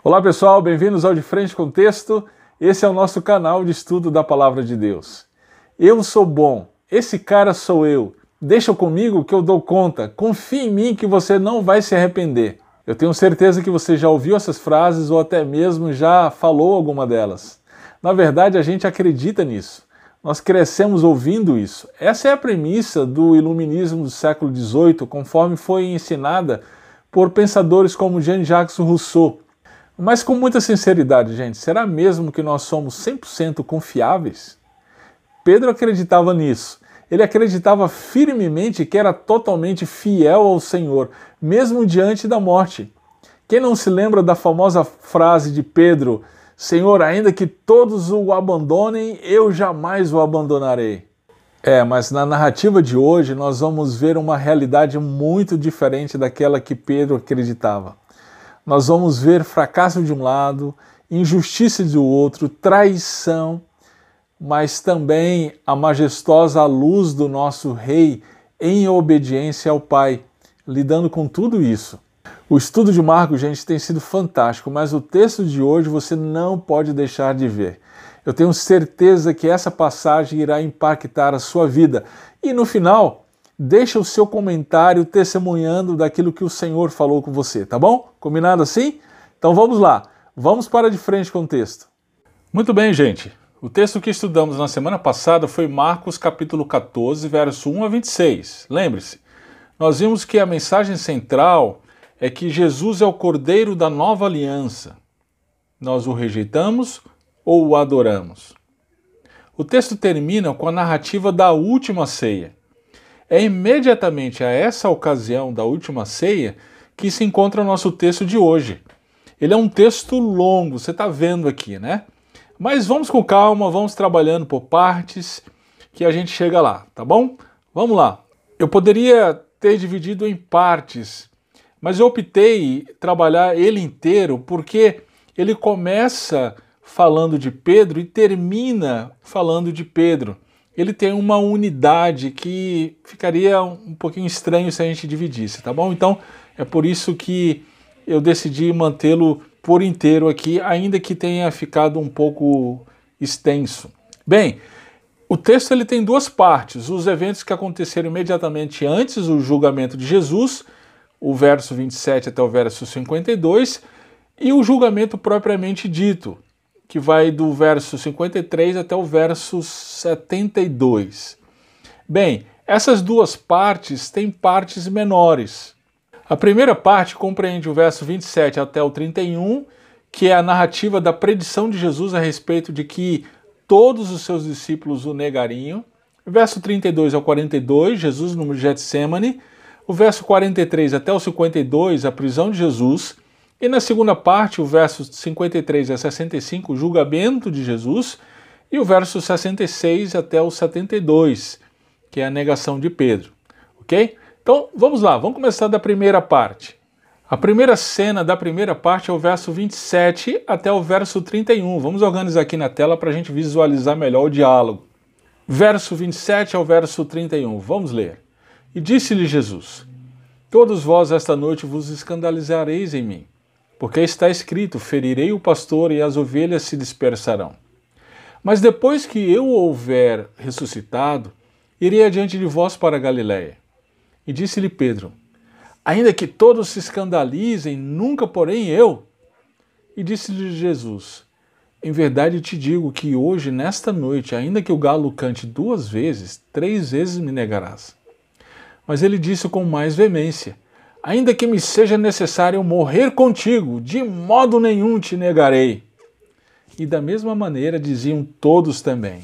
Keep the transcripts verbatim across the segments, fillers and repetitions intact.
Olá pessoal, bem-vindos ao De Frente com Texto. Esse é o nosso canal de estudo da Palavra de Deus. Eu sou bom, esse cara sou eu. Deixa comigo que eu dou conta. Confie em mim que você não vai se arrepender. Eu tenho certeza que você já ouviu essas frases ou até mesmo já falou alguma delas. Na verdade, a gente acredita nisso. Nós crescemos ouvindo isso. Essa é a premissa do iluminismo do século dezoito, conforme foi ensinada por pensadores como Jean-Jacques Rousseau. Mas com muita sinceridade, gente, será mesmo que nós somos cem por cento confiáveis? Pedro acreditava nisso. Ele acreditava firmemente que era totalmente fiel ao Senhor, mesmo diante da morte. Quem não se lembra da famosa frase de Pedro: Senhor, ainda que todos o abandonem, eu jamais o abandonarei. É, mas na narrativa de hoje nós vamos ver uma realidade muito diferente daquela que Pedro acreditava. Nós vamos ver fracasso de um lado, injustiça do outro, traição, mas também a majestosa luz do nosso Rei em obediência ao Pai, lidando com tudo isso. O estudo de Marcos, gente, tem sido fantástico, mas o texto de hoje você não pode deixar de ver. Eu tenho certeza que essa passagem irá impactar a sua vida. E no final, deixa o seu comentário testemunhando daquilo que o Senhor falou com você, tá bom? Combinado assim? Então vamos lá, vamos para De Frente com o Texto. Muito bem, gente. O texto que estudamos na semana passada foi Marcos capítulo quatorze, verso um a vinte e seis. Lembre-se, nós vimos que a mensagem central é que Jesus é o Cordeiro da nova aliança. Nós o rejeitamos ou o adoramos? O texto termina com a narrativa da última ceia. É imediatamente a essa ocasião da última ceia que se encontra o nosso texto de hoje. Ele é um texto longo, você está vendo aqui, né? Mas vamos com calma, vamos trabalhando por partes, que a gente chega lá, tá bom? Vamos lá. Eu poderia ter dividido em partes, mas eu optei trabalhar ele inteiro porque ele começa falando de Pedro e termina falando de Pedro. Ele tem uma unidade que ficaria um pouquinho estranho se a gente dividisse, tá bom? Então, é por isso que eu decidi mantê-lo por inteiro aqui, ainda que tenha ficado um pouco extenso. Bem, o texto ele tem duas partes, os eventos que aconteceram imediatamente antes do julgamento de Jesus, o verso vinte e sete até o verso cinquenta e dois, e o julgamento propriamente dito, que vai do verso cinquenta e três até o verso setenta e dois. Bem, essas duas partes têm partes menores. A primeira parte compreende o verso vinte e sete até o trinta e um, que é a narrativa da predição de Jesus a respeito de que todos os seus discípulos o negariam. O verso trinta e dois ao quarenta e dois, Jesus no Getsêmani. O verso quarenta e três até o cinquenta e dois, a prisão de Jesus. E na segunda parte, o verso cinquenta e três a sessenta e cinco, o julgamento de Jesus, e o verso sessenta e seis até o setenta e dois, que é a negação de Pedro. Ok? Então, vamos lá, vamos começar da primeira parte. A primeira cena da primeira parte é o verso vinte e sete até o verso trinta e um. Vamos organizar aqui na tela para a gente visualizar melhor o diálogo. Verso vinte e sete ao verso trinta e um. Vamos ler. E disse-lhe Jesus: Todos vós esta noite vos escandalizareis em mim. Porque está escrito, ferirei o pastor e as ovelhas se dispersarão. Mas depois que eu houver ressuscitado, irei adiante de vós para a Galiléia. E disse-lhe Pedro: Ainda que todos se escandalizem, nunca porém eu. E disse-lhe Jesus: Em verdade te digo que hoje, nesta noite, ainda que o galo cante duas vezes, três vezes me negarás. Mas ele disse com mais veemência: Ainda que me seja necessário morrer contigo, de modo nenhum te negarei. E da mesma maneira diziam todos também.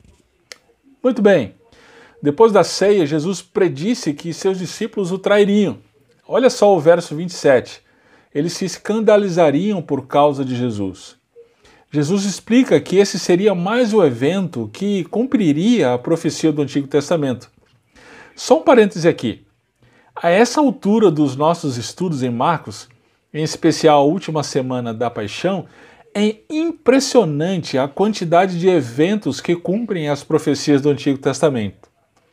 Muito bem. Depois da ceia, Jesus predisse que seus discípulos o trairiam. Olha só o verso vinte e sete. Eles se escandalizariam por causa de Jesus. Jesus explica que esse seria mais o evento que cumpriria a profecia do Antigo Testamento. Só um parêntese aqui. A essa altura dos nossos estudos em Marcos, em especial a última semana da Paixão, é impressionante a quantidade de eventos que cumprem as profecias do Antigo Testamento.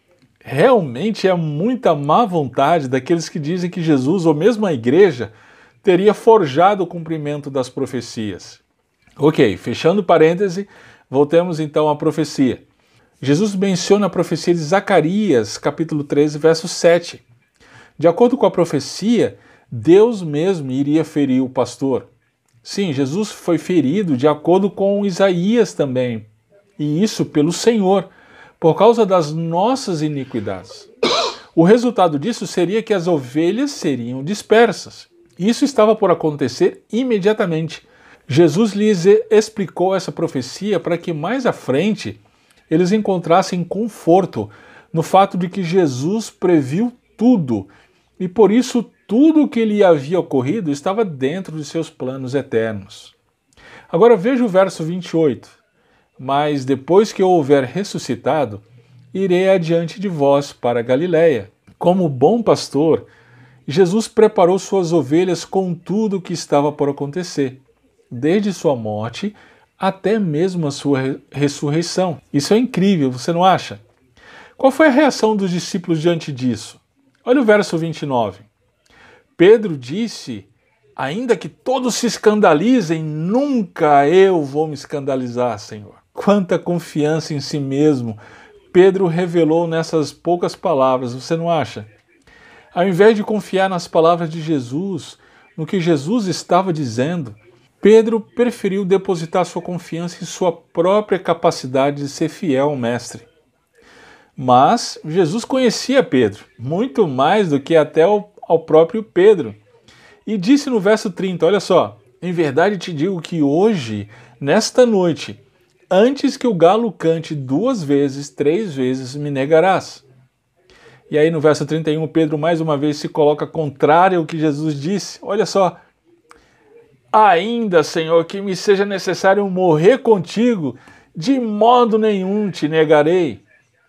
Realmente é muita má vontade daqueles que dizem que Jesus, ou mesmo a igreja, teria forjado o cumprimento das profecias. Ok, fechando parêntese, voltemos então à profecia. Jesus menciona a profecia de Zacarias, capítulo treze, verso sete. De acordo com a profecia, Deus mesmo iria ferir o pastor. Sim, Jesus foi ferido de acordo com Isaías também, e isso pelo Senhor, por causa das nossas iniquidades. O resultado disso seria que as ovelhas seriam dispersas. Isso estava por acontecer imediatamente. Jesus lhes explicou essa profecia para que mais à frente eles encontrassem conforto no fato de que Jesus previu tudo e por isso tudo o que lhe havia ocorrido estava dentro de seus planos eternos. Agora veja o verso vinte e oito. Mas depois que eu houver ressuscitado, irei adiante de vós para a Galiléia. Como bom pastor, Jesus preparou suas ovelhas com tudo o que estava por acontecer, desde sua morte até mesmo a sua ressurreição. Isso é incrível, você não acha? Qual foi a reação dos discípulos diante disso? Olha o verso vinte e nove. Pedro disse, ainda que todos se escandalizem, nunca eu vou me escandalizar, Senhor. Quanta confiança em si mesmo Pedro revelou nessas poucas palavras, você não acha? Ao invés de confiar nas palavras de Jesus, no que Jesus estava dizendo, Pedro preferiu depositar sua confiança em sua própria capacidade de ser fiel ao Mestre. Mas Jesus conhecia Pedro, muito mais do que até ao, ao próprio Pedro. E disse no verso trinta, olha só, em verdade te digo que hoje, nesta noite, antes que o galo cante duas vezes, três vezes, me negarás. E aí no verso trinta e um, Pedro mais uma vez se coloca contrário ao que Jesus disse. Olha só, ainda, Senhor, que me seja necessário morrer contigo, de modo nenhum te negarei.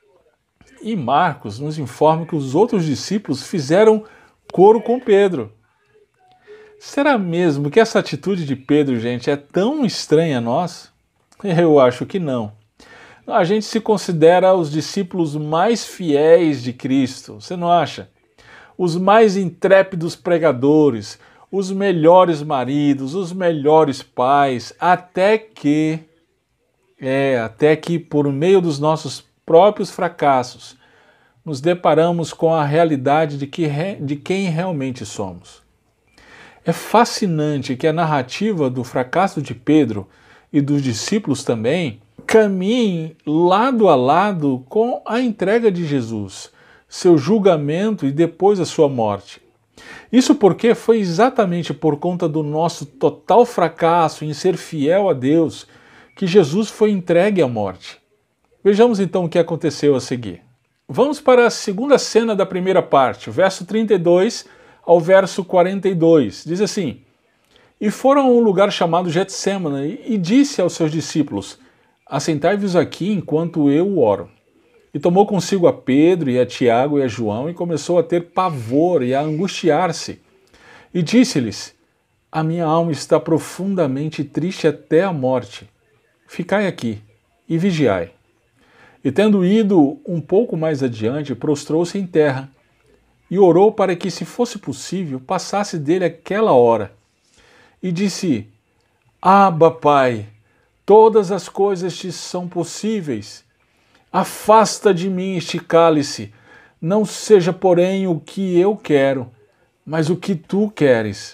E Marcos nos informa que os outros discípulos fizeram coro com Pedro. Será mesmo que essa atitude de Pedro, gente, é tão estranha a nós? Eu acho que não. A gente se considera os discípulos mais fiéis de Cristo, você não acha? Os mais intrépidos pregadores, os melhores maridos, os melhores pais, até que, é, até que por meio dos nossos próprios fracassos, nos deparamos com a realidade de, que, de quem realmente somos. É fascinante que a narrativa do fracasso de Pedro e dos discípulos também caminhem lado a lado com a entrega de Jesus, seu julgamento e depois a sua morte. Isso porque foi exatamente por conta do nosso total fracasso em ser fiel a Deus que Jesus foi entregue à morte. Vejamos então o que aconteceu a seguir. Vamos para a segunda cena da primeira parte, o verso trinta e dois ao verso quarenta e dois. Diz assim, e foram a um lugar chamado Getsêmani e disse aos seus discípulos, assentai-vos aqui enquanto eu oro. E tomou consigo a Pedro e a Tiago e a João e começou a ter pavor e a angustiar-se. E disse-lhes, a minha alma está profundamente triste até a morte. Ficai aqui e vigiai. E tendo ido um pouco mais adiante, prostrou-se em terra e orou para que, se fosse possível, passasse dele aquela hora. E disse, Abba, Pai, todas as coisas te são possíveis. Afasta de mim este cálice, não seja, porém, o que eu quero, mas o que tu queres.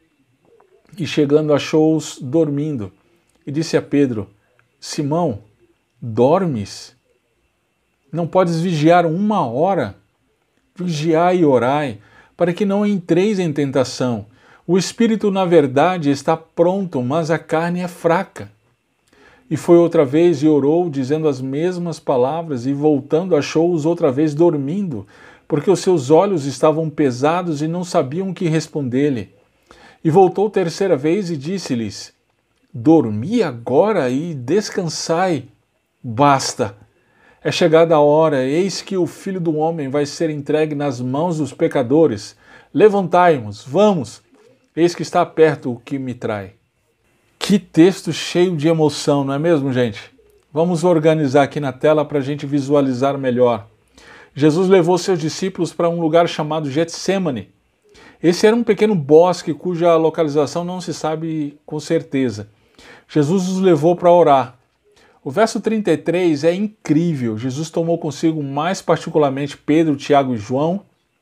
E chegando achou-os dormindo, e disse a Pedro, Simão, dormes? Não podes vigiar uma hora? Vigiai e orai, para que não entreis em tentação. O espírito, na verdade, está pronto, mas a carne é fraca. E foi outra vez e orou, dizendo as mesmas palavras, e voltando achou-os outra vez dormindo, porque os seus olhos estavam pesados e não sabiam o que responder-lhe. E voltou terceira vez e disse-lhes, dormi agora e descansai. Basta! É chegada a hora, eis que o Filho do Homem vai ser entregue nas mãos dos pecadores. Levantai-vos, vamos, eis que está perto o que me trai. Que texto cheio de emoção, não é mesmo, gente? Vamos organizar aqui na tela para a gente visualizar melhor. Jesus levou seus discípulos para um lugar chamado Getsêmani. Esse era um pequeno bosque cuja localização não se sabe com certeza. Jesus os levou para orar. O verso trinta e três é incrível. Jesus tomou consigo mais particularmente Pedro, Tiago e João.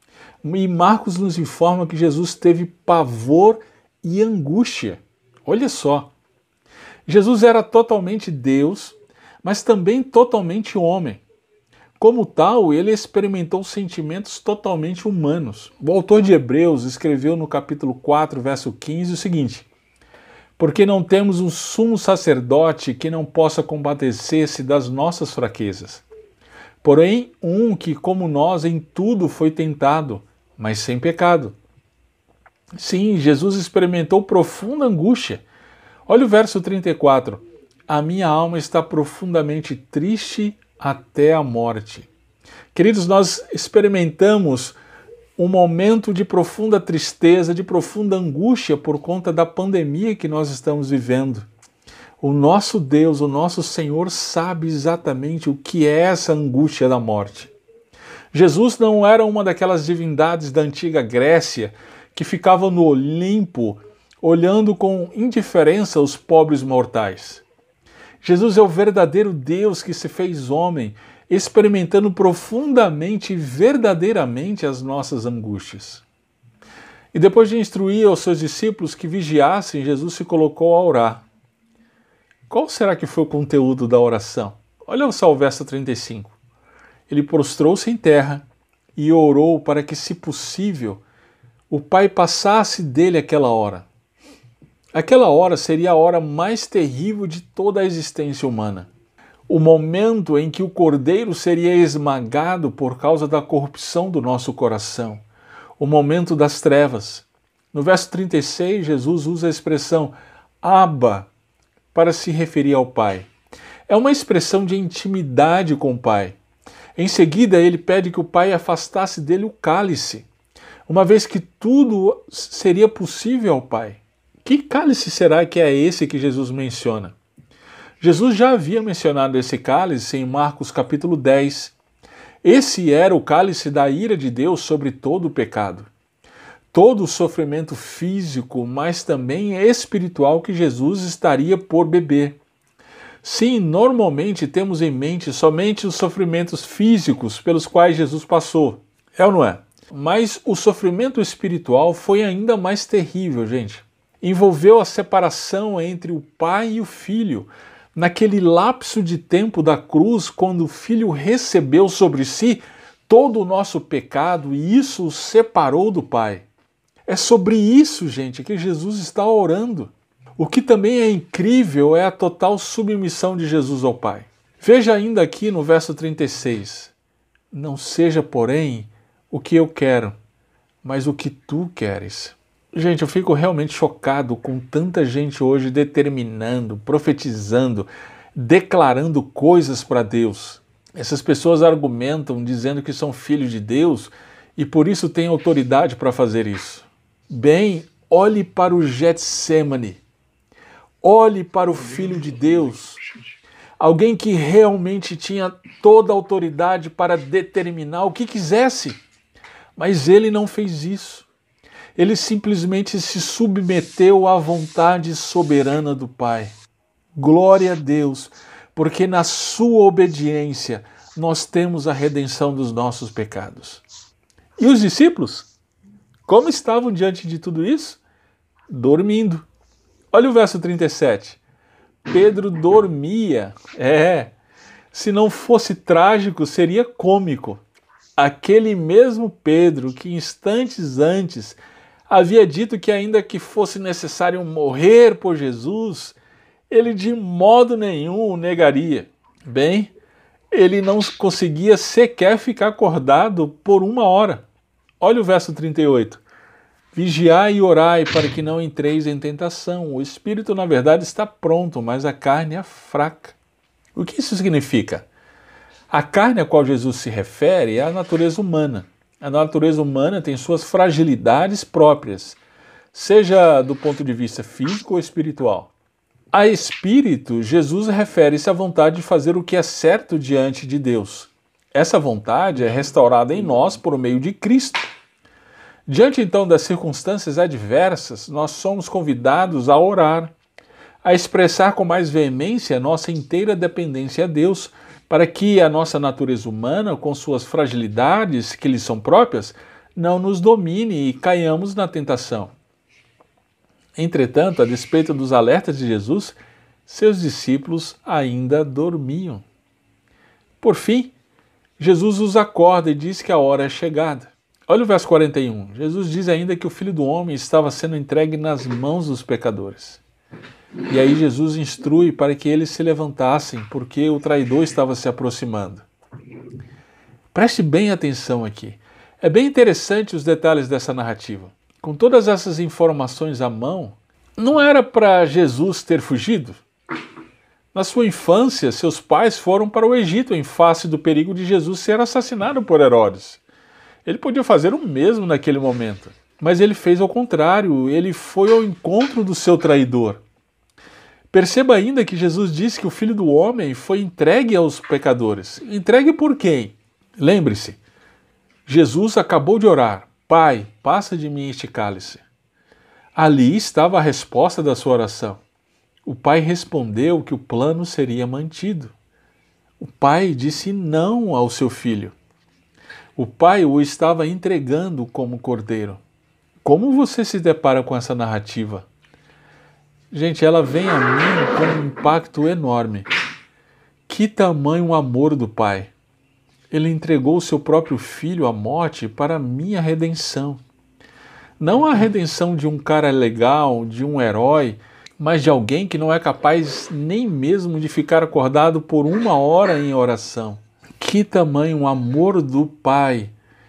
E Marcos nos informa que Jesus teve pavor e angústia. Olha só. Jesus era totalmente Deus, mas também totalmente homem. Como tal, ele experimentou sentimentos totalmente humanos. O autor de Hebreus escreveu no capítulo quatro, verso quinze, o seguinte: porque não temos um sumo sacerdote que não possa compadecer-se das nossas fraquezas. Porém, um que, como nós, em tudo foi tentado, mas sem pecado. Sim, Jesus experimentou profunda angústia. Olha o verso trinta e quatro. A minha alma está profundamente triste até a morte. Queridos, nós experimentamos um momento de profunda tristeza, de profunda angústia por conta da pandemia que nós estamos vivendo. O nosso Deus, o nosso Senhor, sabe exatamente o que é essa angústia da morte. Jesus não era uma daquelas divindades da antiga Grécia que ficavam no Olimpo olhando com indiferença os pobres mortais. Jesus é o verdadeiro Deus que se fez homem, experimentando profundamente e verdadeiramente as nossas angústias. E depois de instruir aos seus discípulos que vigiassem, Jesus se colocou a orar. Qual será que foi o conteúdo da oração? Olha só o verso trinta e cinco. Ele prostrou-se em terra e orou para que, se possível, o Pai passasse dele aquela hora. Aquela hora seria a hora mais terrível de toda a existência humana. O momento em que o cordeiro seria esmagado por causa da corrupção do nosso coração. O momento das trevas. No verso trinta e seis, Jesus usa a expressão Abba para se referir ao Pai. É uma expressão de intimidade com o Pai. Em seguida, ele pede que o Pai afastasse dele o cálice, uma vez que tudo seria possível ao Pai. Que cálice será que é esse que Jesus menciona? Jesus já havia mencionado esse cálice em Marcos capítulo dez. Esse era o cálice da ira de Deus sobre todo o pecado. Todo o sofrimento físico, mas também espiritual que Jesus estaria por beber. Sim, normalmente temos em mente somente os sofrimentos físicos pelos quais Jesus passou. É ou não é? Mas o sofrimento espiritual foi ainda mais terrível, gente. Envolveu a separação entre o pai e o filho, naquele lapso de tempo da cruz, quando o filho recebeu sobre si todo o nosso pecado e isso o separou do pai. É sobre isso, gente, que Jesus está orando. O que também é incrível é a total submissão de Jesus ao Pai. Veja ainda aqui no verso trinta e seis. Não seja, porém, o que eu quero, mas o que tu queres. Gente, eu fico realmente chocado com tanta gente hoje determinando, profetizando, declarando coisas para Deus. Essas pessoas argumentam dizendo que são filhos de Deus e por isso têm autoridade para fazer isso. Bem, olhe para o Getsemane. Olhe para o Filho de Deus, alguém que realmente tinha toda a autoridade para determinar o que quisesse, mas ele não fez isso. Ele simplesmente se submeteu à vontade soberana do Pai. Glória a Deus, porque na sua obediência nós temos a redenção dos nossos pecados. E os discípulos? Como estavam diante de tudo isso? Dormindo. Olha o verso trinta e sete. Pedro dormia. É, se não fosse trágico, seria cômico. Aquele mesmo Pedro que instantes antes havia dito que ainda que fosse necessário morrer por Jesus, ele de modo nenhum o negaria. Bem, ele não conseguia sequer ficar acordado por uma hora. Olha o verso trinta e oito. Vigiai e orai para que não entreis em tentação. O espírito, na verdade, está pronto, mas a carne é fraca. O que isso significa? A carne a qual Jesus se refere é a natureza humana. A natureza humana tem suas fragilidades próprias, seja do ponto de vista físico ou espiritual. A espírito, Jesus refere-se à vontade de fazer o que é certo diante de Deus. Essa vontade é restaurada em nós por meio de Cristo. Diante então das circunstâncias adversas, nós somos convidados a orar, a expressar com mais veemência a nossa inteira dependência a Deus, para que a nossa natureza humana, com suas fragilidades que lhe são próprias, não nos domine e caiamos na tentação. Entretanto, a despeito dos alertas de Jesus, seus discípulos ainda dormiam. Por fim, Jesus os acorda e diz que a hora é chegada. Olha o verso quarenta e um. Jesus diz ainda que o Filho do Homem estava sendo entregue nas mãos dos pecadores. E aí Jesus instrui para que eles se levantassem, porque o traidor estava se aproximando. Preste bem atenção aqui. É bem interessante os detalhes dessa narrativa. Com todas essas informações à mão, não era para Jesus ter fugido? Na sua infância, seus pais foram para o Egito em face do perigo de Jesus ser assassinado por Herodes. Ele podia fazer o mesmo naquele momento, mas ele fez ao contrário, ele foi ao encontro do seu traidor. Perceba ainda que Jesus disse que o Filho do Homem foi entregue aos pecadores. Entregue por quem? Lembre-se, Jesus acabou de orar: Pai, passa de mim este cálice. Ali estava a resposta da sua oração. O Pai respondeu que o plano seria mantido. O Pai disse não ao seu Filho. O Pai o estava entregando como cordeiro. Como você se depara com essa narrativa? Gente, ela vem a mim com um impacto enorme. Que tamanho o amor do Pai! Ele entregou o seu próprio Filho à morte para a minha redenção. Não a redenção de um cara legal, de um herói, mas de alguém que não é capaz nem mesmo de ficar acordado por uma hora em oração. Que tamanho o amor do Pai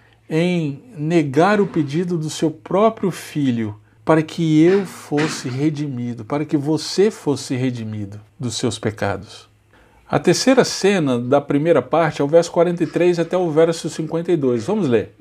em negar o pedido do seu próprio Filho para que eu fosse redimido, para que você fosse redimido dos seus pecados. A terceira cena da primeira parte é o verso quarenta e três até o verso cinquenta e dois. Vamos ler.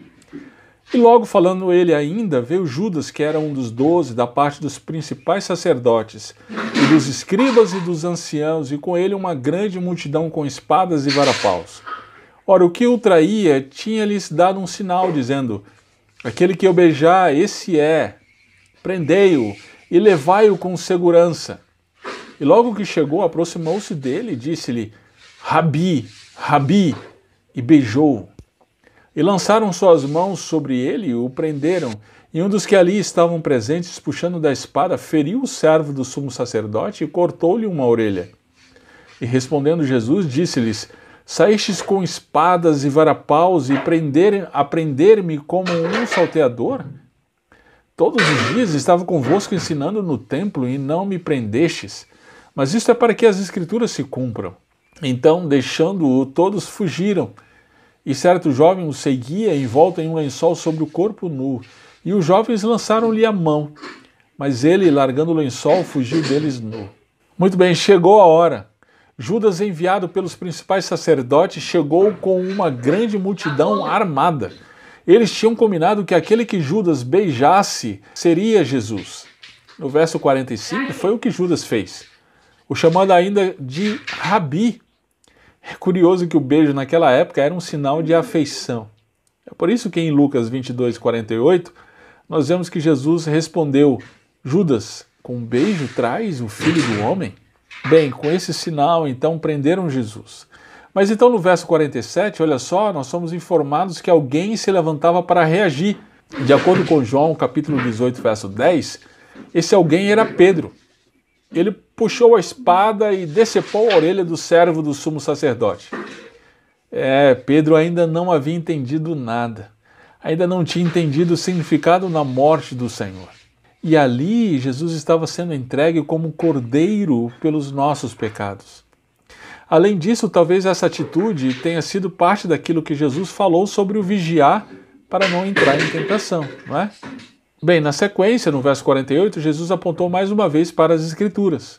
E logo falando ele ainda, veio Judas, que era um dos doze, da parte dos principais sacerdotes, e dos escribas e dos anciãos, e com ele uma grande multidão com espadas e varapaus. Ora, o que o traía tinha-lhes dado um sinal, dizendo: aquele que eu beijar, esse é, prendei-o e levai-o com segurança. E logo que chegou, aproximou-se dele e disse-lhe: Rabi, Rabi, e beijou-o. E lançaram suas mãos sobre ele e o prenderam. E um dos que ali estavam presentes, puxando da espada, feriu o servo do sumo sacerdote e cortou-lhe uma orelha. E respondendo Jesus, disse-lhes: saístes com espadas e varapaus e prender, a prender-me como um salteador? Todos os dias estava convosco ensinando no templo e não me prendestes. Mas isto é para que as escrituras se cumpram. Então, deixando-o, todos fugiram. E certo jovem o seguia envolto em um lençol sobre o corpo nu. E os jovens lançaram-lhe a mão. Mas ele, largando o lençol, fugiu deles nu. Muito bem, chegou a hora. Judas, enviado pelos principais sacerdotes, chegou com uma grande multidão armada. Eles tinham combinado que aquele que Judas beijasse seria Jesus. No verso quarenta e cinco foi o que Judas fez, o chamando ainda de Rabi. É curioso que o beijo naquela época era um sinal de afeição. É por isso que em Lucas vinte e dois, quarenta e oito, nós vemos que Jesus respondeu: Judas, com um beijo traz o Filho do Homem? Bem, com esse sinal, então, prenderam Jesus. Mas então no verso quarenta e sete, olha só, nós somos informados que alguém se levantava para reagir. De acordo com João, capítulo dezoito, verso dez, esse alguém era Pedro. Ele puxou a espada e decepou a orelha do servo do sumo sacerdote. É, Pedro ainda não havia entendido nada. Ainda não tinha entendido o significado na morte do Senhor. E ali Jesus estava sendo entregue como cordeiro pelos nossos pecados. Além disso, talvez essa atitude tenha sido parte daquilo que Jesus falou sobre o vigiar para não entrar em tentação, não é? Bem, na sequência, no verso quarenta e oito, Jesus apontou mais uma vez para as Escrituras.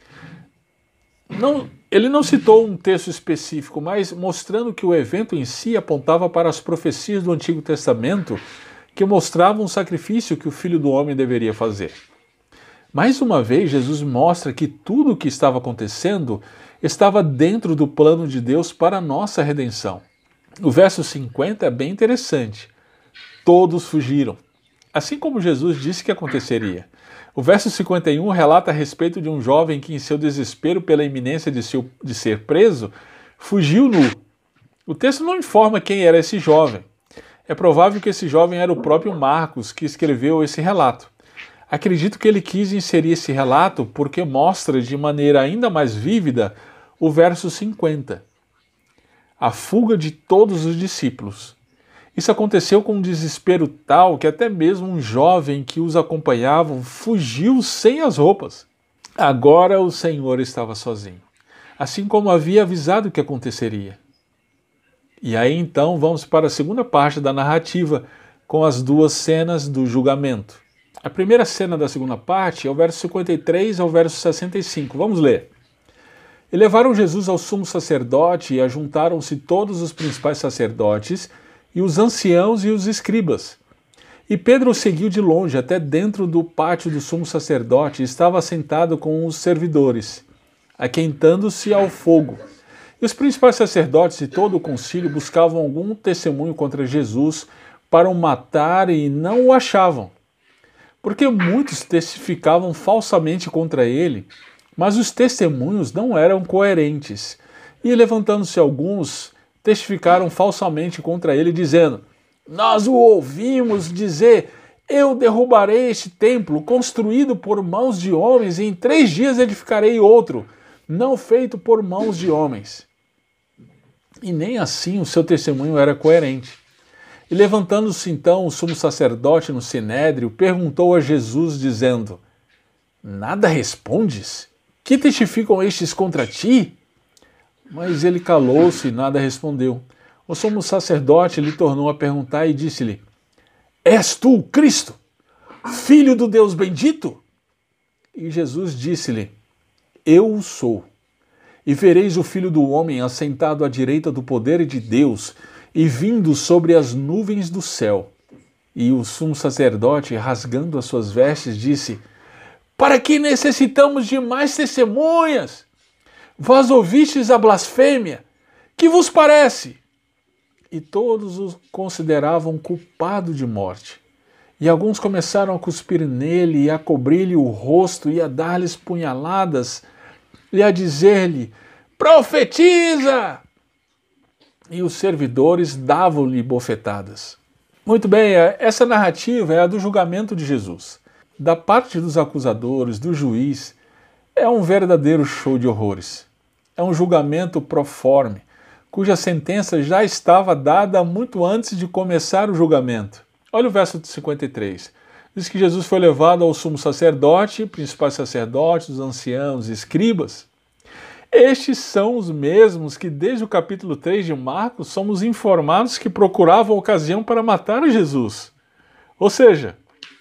Não, ele não citou um texto específico, mas mostrando que o evento em si apontava para as profecias do Antigo Testamento que mostravam o sacrifício que o Filho do Homem deveria fazer. Mais uma vez, Jesus mostra que tudo o que estava acontecendo estava dentro do plano de Deus para a nossa redenção. O verso cinquenta é bem interessante. Todos fugiram. assim como Jesus disse que aconteceria. O verso cinquenta e um relata a respeito de um jovem que, em seu desespero pela iminência de, seu, de ser preso, fugiu nu. O texto não informa quem era esse jovem. É provável que esse jovem era o próprio Marcos que escreveu esse relato. Acredito que ele quis inserir esse relato porque mostra de maneira ainda mais vívida o verso cinquenta. A fuga de todos os discípulos. Isso aconteceu com um desespero tal que até mesmo um jovem que os acompanhava fugiu sem as roupas. Agora o Senhor estava sozinho, assim como havia avisado que aconteceria. E aí então vamos para a segunda parte da narrativa, com as duas cenas do julgamento. A primeira cena da segunda parte é o verso cinquenta e três ao verso sessenta e cinco. Vamos ler. E levaram Jesus ao sumo sacerdote e ajuntaram-se todos os principais sacerdotes e os anciãos e os escribas. E Pedro o seguiu de longe até dentro do pátio do sumo sacerdote e estava sentado com os servidores, aquentando-se ao fogo. E os principais sacerdotes e todo o concílio buscavam algum testemunho contra Jesus para o matar e não o achavam, porque muitos testificavam falsamente contra ele, mas os testemunhos não eram coerentes. E levantando-se alguns, testificaram falsamente contra ele, dizendo: Nós o ouvimos dizer, eu derrubarei este templo, construído por mãos de homens, e em três dias edificarei outro, não feito por mãos de homens. E nem assim o seu testemunho era coerente. E levantando-se então o sumo sacerdote no sinédrio, perguntou a Jesus, dizendo: Nada respondes? Que testificam estes contra ti? Mas ele calou-se e nada respondeu. O sumo sacerdote lhe tornou a perguntar e disse-lhe: És tu o Cristo, filho do Deus bendito? E Jesus disse-lhe: Eu o sou. E vereis o Filho do Homem assentado à direita do poder de Deus e vindo sobre as nuvens do céu. E o sumo sacerdote, rasgando as suas vestes, disse: Para que necessitamos de mais testemunhas? Vós ouvistes a blasfêmia? Que vos parece? E todos o consideravam culpado de morte. E alguns começaram a cuspir nele e a cobrir-lhe o rosto e a dar-lhes punhaladas e a dizer-lhe: Profetiza! E os servidores davam-lhe bofetadas. Muito bem, essa narrativa é a do julgamento de Jesus. Da parte dos acusadores, do juiz, é um verdadeiro show de horrores. É um julgamento proforme, cuja sentença já estava dada muito antes de começar o julgamento. Olha o verso cinquenta e três. Diz que Jesus foi levado ao sumo sacerdote, principais sacerdotes, os anciãos e escribas. Estes são os mesmos que, desde o capítulo três de Marcos, somos informados que procuravam ocasião para matar Jesus. Ou seja,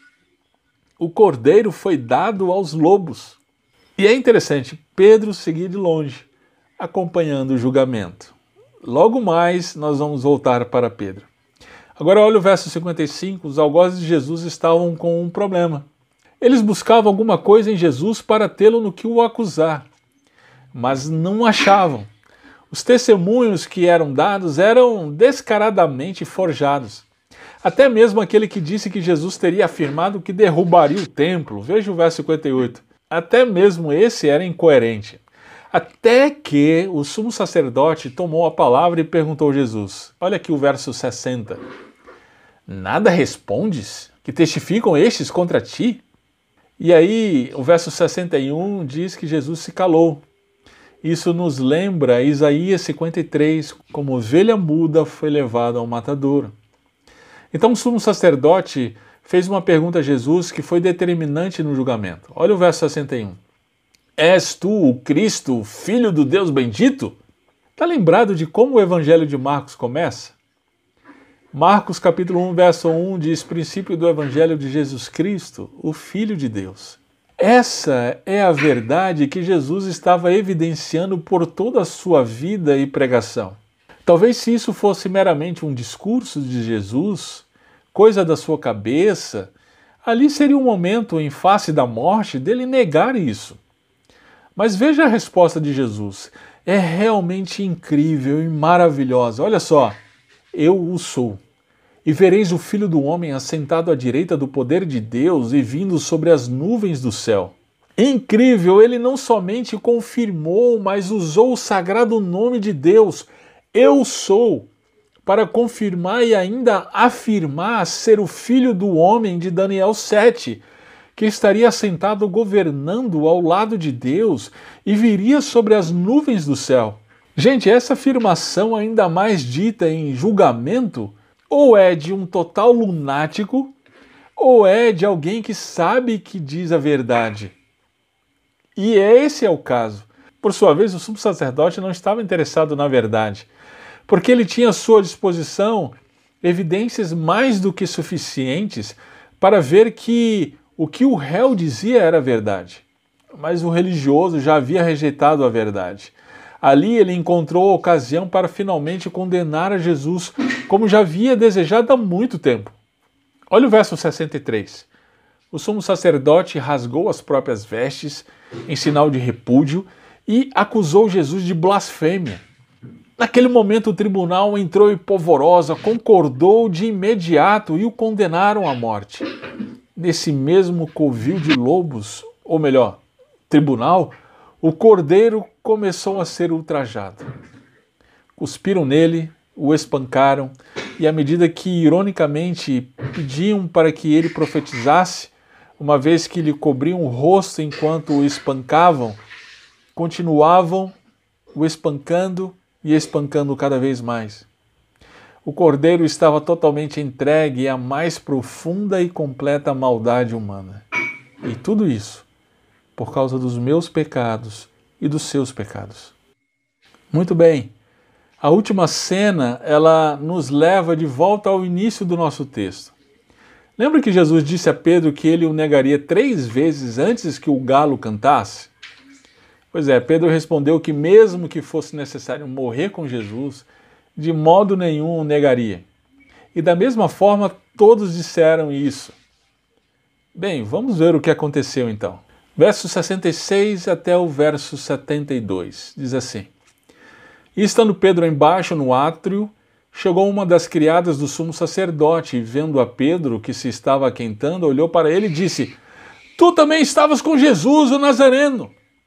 o cordeiro foi dado aos lobos. E é interessante, Pedro seguir de longe, acompanhando o julgamento. Logo mais nós vamos voltar para Pedro. Agora olha o verso cinquenta e cinco, os algozes de Jesus estavam com um problema. Eles buscavam alguma coisa em Jesus para tê-lo no que o acusar, mas não achavam. Os testemunhos que eram dados eram descaradamente forjados. Até mesmo aquele que disse que Jesus teria afirmado que derrubaria o templo. Veja o verso cinquenta e oito. Até mesmo esse era incoerente. Até que o sumo sacerdote tomou a palavra e perguntou a Jesus. Olha aqui o verso sessenta. Nada respondes? Que testificam estes contra ti? E aí o verso sessenta e um diz que Jesus se calou. Isso nos lembra Isaías cinquenta e três, como ovelha muda foi levada ao matadouro. Então o sumo sacerdote fez uma pergunta a Jesus que foi determinante no julgamento. Olha o verso sessenta e um. És tu o Cristo, filho do Deus bendito? Está lembrado de como o evangelho de Marcos começa? Marcos capítulo um, verso um diz: princípio do evangelho de Jesus Cristo, o Filho de Deus. Essa é a verdade que Jesus estava evidenciando por toda a sua vida e pregação. Talvez se isso fosse meramente um discurso de Jesus, coisa da sua cabeça, ali seria um momento em face da morte dele negar isso. Mas veja a resposta de Jesus. É realmente incrível e maravilhosa. Olha só, eu o sou. E vereis o Filho do Homem assentado à direita do poder de Deus e vindo sobre as nuvens do céu. Incrível, ele não somente confirmou, mas usou o sagrado nome de Deus, Eu Sou, para confirmar e ainda afirmar ser o Filho do Homem de Daniel sete, que estaria assentado governando ao lado de Deus e viria sobre as nuvens do céu. Gente, essa afirmação ainda mais dita em julgamento, ou é de um total lunático, ou é de alguém que sabe que diz a verdade. E esse é o caso. Por sua vez, o sumo sacerdote não estava interessado na verdade, porque ele tinha à sua disposição evidências mais do que suficientes para ver que o que o réu dizia era verdade. Mas o religioso já havia rejeitado a verdade. Ali ele encontrou a ocasião para finalmente condenar a Jesus, como já havia desejado há muito tempo. Olha o verso sessenta e três. O sumo sacerdote rasgou as próprias vestes em sinal de repúdio e acusou Jesus de blasfêmia. Naquele momento o tribunal entrou em polvorosa, concordou de imediato e o condenaram à morte. Nesse mesmo covil de lobos, ou melhor, tribunal, o cordeiro começou a ser ultrajado. Cuspiram nele, o espancaram, e à medida que, ironicamente, pediam para que ele profetizasse, uma vez que lhe cobriam o rosto enquanto o espancavam, continuavam o espancando e espancando cada vez mais. O cordeiro estava totalmente entregue à mais profunda e completa maldade humana. E tudo isso por causa dos meus pecados e dos seus pecados. Muito bem, a última cena, ela nos leva de volta ao início do nosso texto. Lembra que Jesus disse a Pedro que ele o negaria três vezes antes que o galo cantasse? Pois é, Pedro respondeu que mesmo que fosse necessário morrer com Jesus, de modo nenhum o negaria. E da mesma forma, todos disseram isso. Bem, vamos ver o que aconteceu então. Verso sessenta e seis até o verso setenta e dois, diz assim: E estando Pedro embaixo no átrio, chegou uma das criadas do sumo sacerdote, e vendo a Pedro, que se estava aquentando, olhou para ele e disse: Tu também estavas com Jesus, o Nazareno.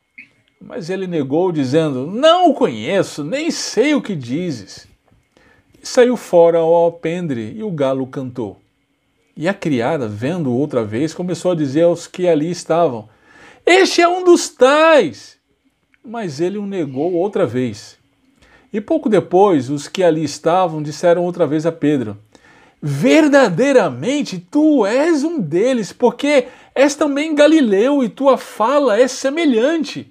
Mas ele negou, dizendo: Não o conheço, nem sei o que dizes. E saiu fora ao alpendre, e o galo cantou. E a criada, vendo outra vez, começou a dizer aos que ali estavam: Este é um dos tais! Mas ele o negou outra vez. E pouco depois, os que ali estavam disseram outra vez a Pedro: Verdadeiramente tu és um deles, porque és também galileu e tua fala é semelhante.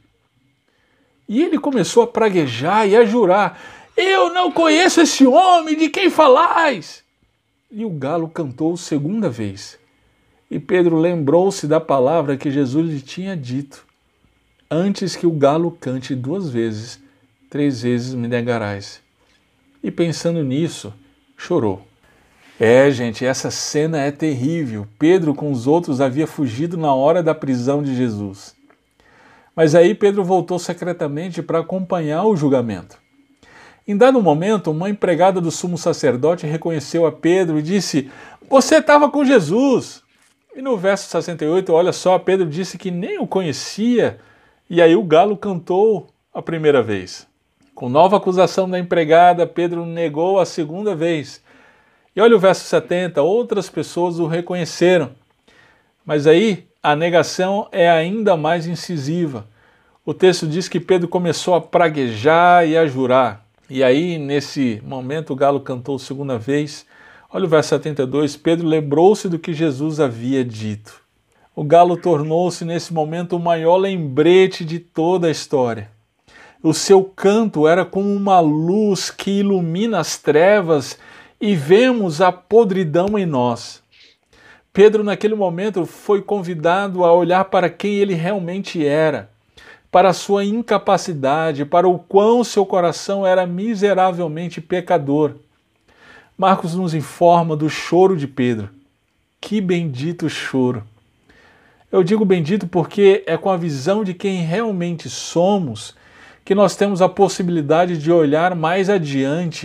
E ele começou a praguejar e a jurar: Eu não conheço esse homem, de quem falais? E o galo cantou segunda vez. E Pedro lembrou-se da palavra que Jesus lhe tinha dito: Antes que o galo cante duas vezes, três vezes me negarás. E pensando nisso, chorou. É, gente, essa cena é terrível. Pedro com os outros havia fugido na hora da prisão de Jesus. Mas aí Pedro voltou secretamente para acompanhar o julgamento. Em dado momento, uma empregada do sumo sacerdote reconheceu a Pedro e disse: Você estava com Jesus. E no verso sessenta e oito, olha só, Pedro disse que nem o conhecia, e aí o galo cantou a primeira vez. Com nova acusação da empregada, Pedro negou a segunda vez. E olha o verso setenta, outras pessoas o reconheceram. Mas aí a negação é ainda mais incisiva. O texto diz que Pedro começou a praguejar e a jurar. E aí, nesse momento, o galo cantou a segunda vez. Olha o verso setenta e dois, Pedro lembrou-se do que Jesus havia dito. O galo tornou-se, nesse momento, o maior lembrete de toda a história. O seu canto era como uma luz que ilumina as trevas e vemos a podridão em nós. Pedro, naquele momento, foi convidado a olhar para quem ele realmente era, para a sua incapacidade, para o quão seu coração era miseravelmente pecador. Marcos nos informa do choro de Pedro. Que bendito choro! Eu digo bendito porque é com a visão de quem realmente somos que nós temos a possibilidade de olhar mais adiante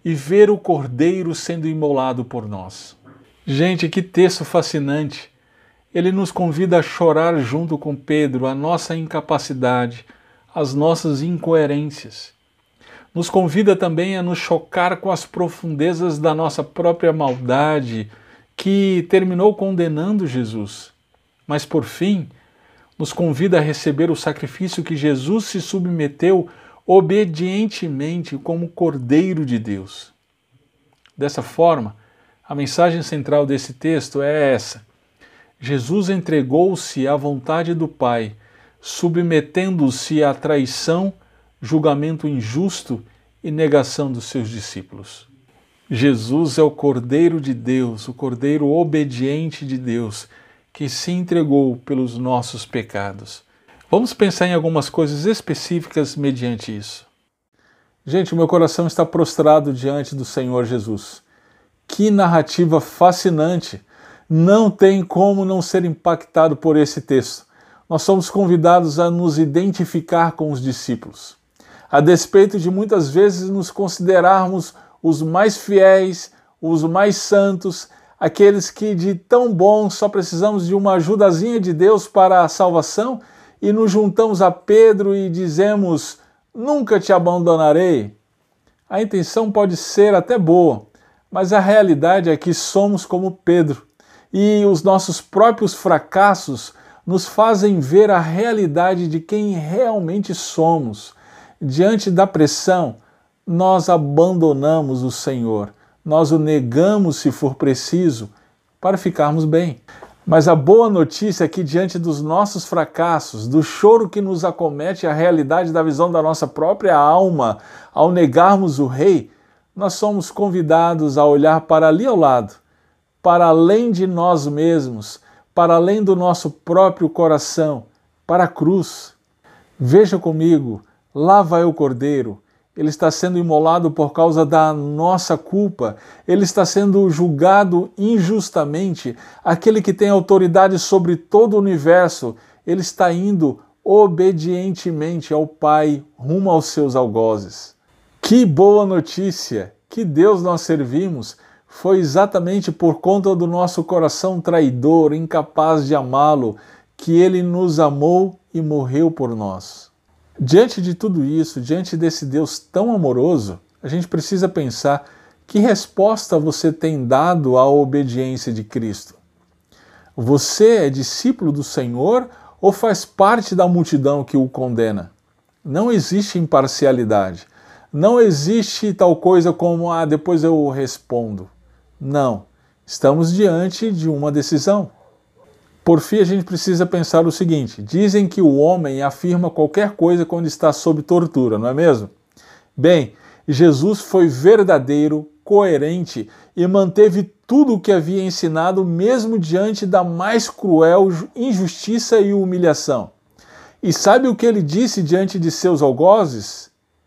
e ver o Cordeiro sendo imolado por nós. Gente, que texto fascinante! Ele nos convida a chorar junto com Pedro a nossa incapacidade, as nossas incoerências. Nos convida também a nos chocar com as profundezas da nossa própria maldade, que terminou condenando Jesus. Mas, por fim, nos convida a receber o sacrifício que Jesus se submeteu obedientemente como Cordeiro de Deus. Dessa forma, a mensagem central desse texto é essa: Jesus entregou-se à vontade do Pai, submetendo-se à traição, julgamento injusto e negação dos seus discípulos. Jesus é o Cordeiro de Deus, o Cordeiro obediente de Deus, que se entregou pelos nossos pecados. Vamos pensar em algumas coisas específicas mediante isso. Gente, o meu coração está prostrado diante do Senhor Jesus. Que narrativa fascinante! Não tem como não ser impactado por esse texto. Nós somos convidados a nos identificar com os discípulos. A despeito de muitas vezes nos considerarmos os mais fiéis, os mais santos, aqueles que de tão bons só precisamos de uma ajudazinha de Deus para a salvação, e nos juntamos a Pedro e dizemos: nunca te abandonarei. A intenção pode ser até boa, mas a realidade é que somos como Pedro, e os nossos próprios fracassos nos fazem ver a realidade de quem realmente somos. Diante da pressão, nós abandonamos o Senhor, nós o negamos se for preciso, para ficarmos bem. Mas a boa notícia é que diante dos nossos fracassos, do choro que nos acomete a realidade da visão da nossa própria alma, ao negarmos o Rei, nós somos convidados a olhar para ali ao lado, para além de nós mesmos, para além do nosso próprio coração, para a cruz. Veja comigo, lá vai o Cordeiro. Ele está sendo imolado por causa da nossa culpa. Ele está sendo julgado injustamente. Aquele que tem autoridade sobre todo o universo, ele está indo obedientemente ao Pai, rumo aos seus algozes. Que boa notícia! Que Deus nós servimos! Foi exatamente por conta do nosso coração traidor, incapaz de amá-lo, que ele nos amou e morreu por nós. Diante de tudo isso, diante desse Deus tão amoroso, a gente precisa pensar: que resposta você tem dado à obediência de Cristo? Você é discípulo do Senhor ou faz parte da multidão que o condena? Não existe imparcialidade. Não existe tal coisa como, ah, depois eu respondo. Não. Estamos diante de uma decisão. Por fim, a gente precisa pensar o seguinte: dizem que o homem afirma qualquer coisa quando está sob tortura, não é mesmo? Bem, Jesus foi verdadeiro, coerente e manteve tudo o que havia ensinado mesmo diante da mais cruel injustiça e humilhação. E sabe o que ele disse diante de seus algozes?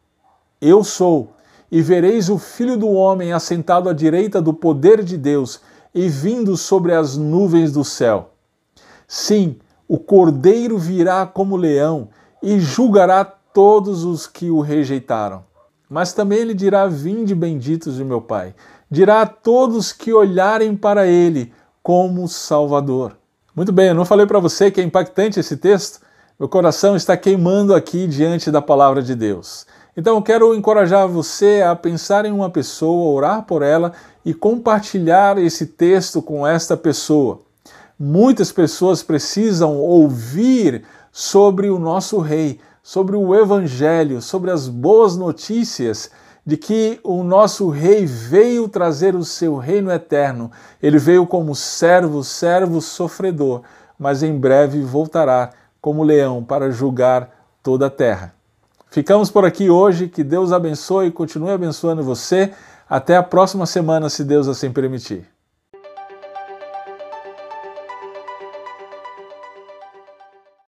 Eu sou, e vereis o Filho do Homem assentado à direita do poder de Deus e vindo sobre as nuvens do céu. Sim, o Cordeiro virá como leão e julgará todos os que o rejeitaram. Mas também ele dirá: vinde benditos de meu Pai. Dirá a todos que olharem para ele como Salvador. Muito bem, eu não falei para você que é impactante esse texto? Meu coração está queimando aqui diante da palavra de Deus. Então eu quero encorajar você a pensar em uma pessoa, orar por ela e compartilhar esse texto com esta pessoa. Muitas pessoas precisam ouvir sobre o nosso Rei, sobre o Evangelho, sobre as boas notícias de que o nosso Rei veio trazer o seu reino eterno. Ele veio como servo, servo sofredor, mas em breve voltará como leão para julgar toda a terra. Ficamos por aqui hoje, que Deus abençoe e continue abençoando você. Até a próxima semana, se Deus assim permitir.